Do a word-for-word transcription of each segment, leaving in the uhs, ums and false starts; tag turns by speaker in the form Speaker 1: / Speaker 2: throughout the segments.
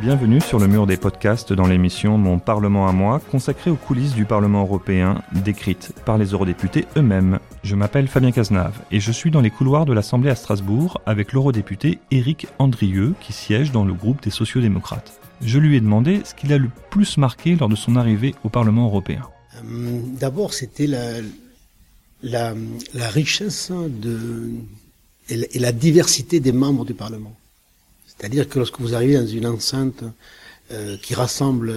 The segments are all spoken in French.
Speaker 1: Bienvenue sur le mur des podcasts dans l'émission Mon Parlement à moi, consacrée aux coulisses du Parlement européen, décrites par les eurodéputés eux-mêmes. Je m'appelle Fabien Cazenave et je suis dans les couloirs de l'Assemblée à Strasbourg avec l'eurodéputé Éric Andrieux qui siège dans le groupe des sociaux-démocrates. Je lui ai demandé ce qui l'a le plus marqué lors de son arrivée au Parlement européen.
Speaker 2: Euh, d'abord, c'était la, la, la richesse de, et, la, et la diversité des membres du Parlement. C'est-à-dire que lorsque vous arrivez dans une enceinte euh, qui rassemble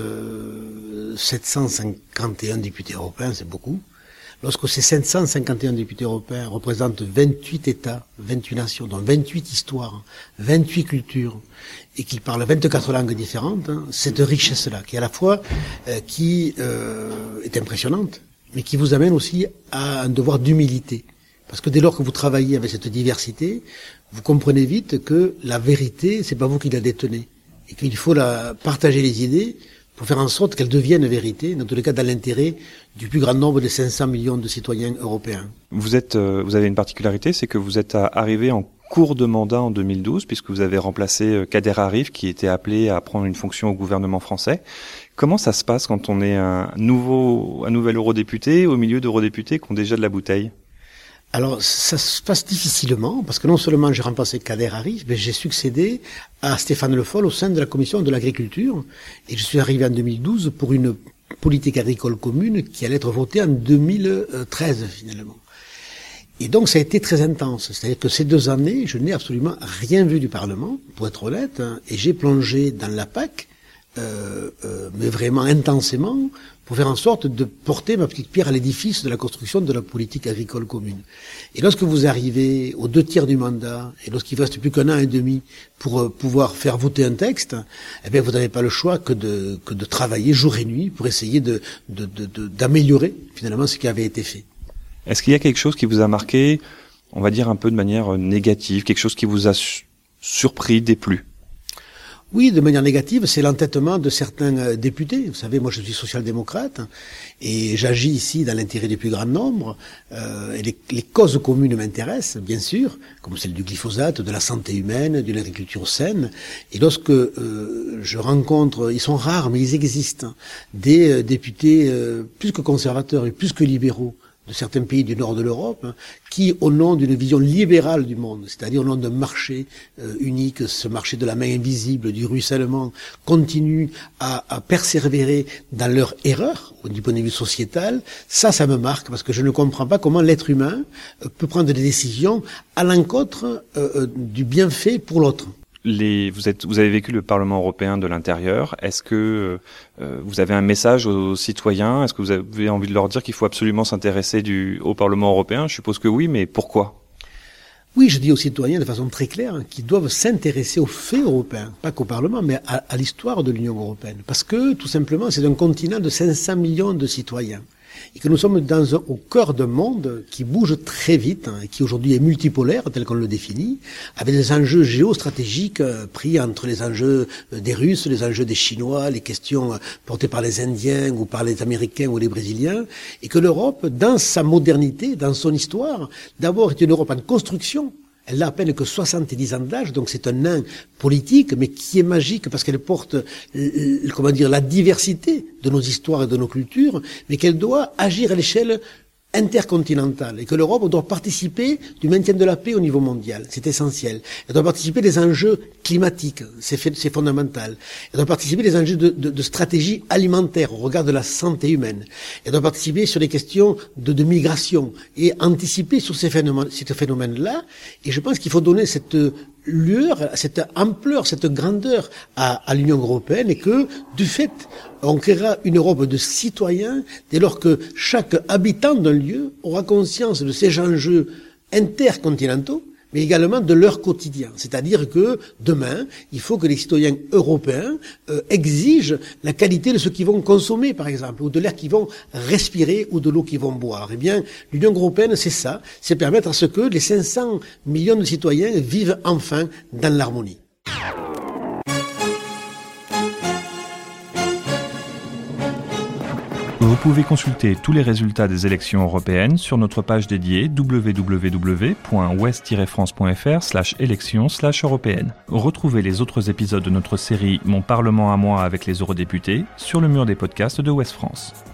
Speaker 2: euh, sept cent cinquante et un députés européens, c'est beaucoup. Lorsque ces sept cent cinquante et un députés européens représentent vingt-huit États, vingt-huit nations, dont vingt-huit histoires, vingt-huit cultures, et qu'ils parlent vingt-quatre langues différentes, hein, cette richesse-là, qui à la fois euh, qui euh, est impressionnante, mais qui vous amène aussi à un devoir d'humilité. Parce que dès lors que vous travaillez avec cette diversité, vous comprenez vite que la vérité, c'est pas vous qui la détenez. Et qu'il faut la partager les idées pour faire en sorte qu'elles deviennent vérité, dans tous les cas dans l'intérêt du plus grand nombre des cinq cents millions de citoyens européens.
Speaker 1: Vous êtes, euh, vous avez une particularité, c'est que vous êtes arrivé en cours de mandat en deux mille douze, puisque vous avez remplacé Kader Arif, qui était appelé à prendre une fonction au gouvernement français. Comment ça se passe quand on est un nouveau, un nouvel eurodéputé au milieu d'eurodéputés qui ont déjà de la bouteille ?
Speaker 2: Alors, ça se passe difficilement, parce que non seulement j'ai remplacé Kader Arif, mais j'ai succédé à Stéphane Le Foll au sein de la commission de l'agriculture, et je suis arrivé en deux mille douze pour une politique agricole commune qui allait être votée en deux mille treize, finalement. Et donc, ça a été très intense. C'est-à-dire que ces deux années, je n'ai absolument rien vu du Parlement, pour être honnête, hein, et j'ai plongé dans la P A C, euh, euh, mais vraiment intensément, pour faire en sorte de porter ma petite pierre à l'édifice de la construction de la politique agricole commune. Et lorsque vous arrivez aux deux tiers du mandat, et lorsqu'il ne reste plus qu'un an et demi pour euh, pouvoir faire voter un texte, eh bien vous n'avez pas le choix que de, que de travailler jour et nuit pour essayer de, de, de, de, d'améliorer finalement ce qui avait été fait.
Speaker 1: Est-ce qu'il y a quelque chose qui vous a marqué, on va dire un peu de manière négative, quelque chose qui vous a su- surpris, déplu ?
Speaker 2: Oui, de manière négative, c'est l'entêtement de certains euh, députés. Vous savez, moi je suis social-démocrate et j'agis ici dans l'intérêt du plus grand nombre. Euh, et les, les causes communes m'intéressent, bien sûr, comme celle du glyphosate, de la santé humaine, d'une agriculture saine. Et lorsque euh, je rencontre, ils sont rares, mais ils existent, des euh, députés euh, plus que conservateurs et plus que libéraux, de certains pays du nord de l'Europe, hein, qui, au nom d'une vision libérale du monde, c'est-à-dire au nom d'un marché euh, unique, ce marché de la main invisible, du ruissellement, continuent à, à persévérer dans leur erreur, du point de vue sociétal. Ça, ça me marque, parce que je ne comprends pas comment l'être humain euh, peut prendre des décisions à l'encontre euh, euh, du bienfait pour l'autre.
Speaker 1: Les, vous êtes, vous avez vécu le Parlement européen de l'intérieur. Est-ce que euh, vous avez un message aux citoyens ? Est-ce que vous avez envie de leur dire qu'il faut absolument s'intéresser du, au Parlement européen ? Je suppose que oui, mais pourquoi ?
Speaker 2: Oui, je dis aux citoyens de façon très claire hein, qu'ils doivent s'intéresser aux faits européens, pas qu'au Parlement, mais à, à l'histoire de l'Union européenne. Parce que, tout simplement, c'est un continent de cinq cents millions de citoyens. Et que nous sommes dans un, au cœur d'un monde qui bouge très vite, hein, qui aujourd'hui est multipolaire, tel qu'on le définit, avec des enjeux géostratégiques euh, pris entre les enjeux euh, des Russes, les enjeux des Chinois, les questions euh, portées par les Indiens ou par les Américains ou les Brésiliens, et que l'Europe, dans sa modernité, dans son histoire, d'abord est une Europe en construction. Elle n'a à peine que soixante-dix ans d'âge, donc c'est un nain politique, mais qui est magique parce qu'elle porte, euh, comment dire, la diversité de nos histoires et de nos cultures, mais qu'elle doit agir à l'échelle intercontinentale et que l'Europe doit participer du maintien de la paix au niveau mondial. C'est essentiel. Elle doit participer des enjeux climatiques. C'est, fait, c'est fondamental. Elle doit participer des enjeux de, de, de stratégie alimentaire au regard de la santé humaine. Elle doit participer sur les questions de, de migration et anticiper sur ces phénomènes, ces phénomènes-là. Et je pense qu'il faut donner cette lueur, cette ampleur, cette grandeur à, à l'Union européenne et que, du fait, on créera une Europe de citoyens dès lors que chaque habitant d'un lieu aura conscience de ces enjeux intercontinentaux, mais également de leur quotidien. C'est-à-dire que demain, il faut que les citoyens européens euh, exigent la qualité de ce qu'ils vont consommer, par exemple, ou de l'air qu'ils vont respirer, ou de l'eau qu'ils vont boire. Eh bien, l'Union européenne, c'est ça, c'est permettre à ce que les cinq cents millions de citoyens vivent enfin dans l'harmonie.
Speaker 1: Vous pouvez consulter tous les résultats des élections européennes sur notre page dédiée w w w point ouest tiret france point f r slash élections slash européennes. Retrouvez les autres épisodes de notre série Mon Parlement à moi avec les eurodéputés sur le mur des podcasts de Ouest France.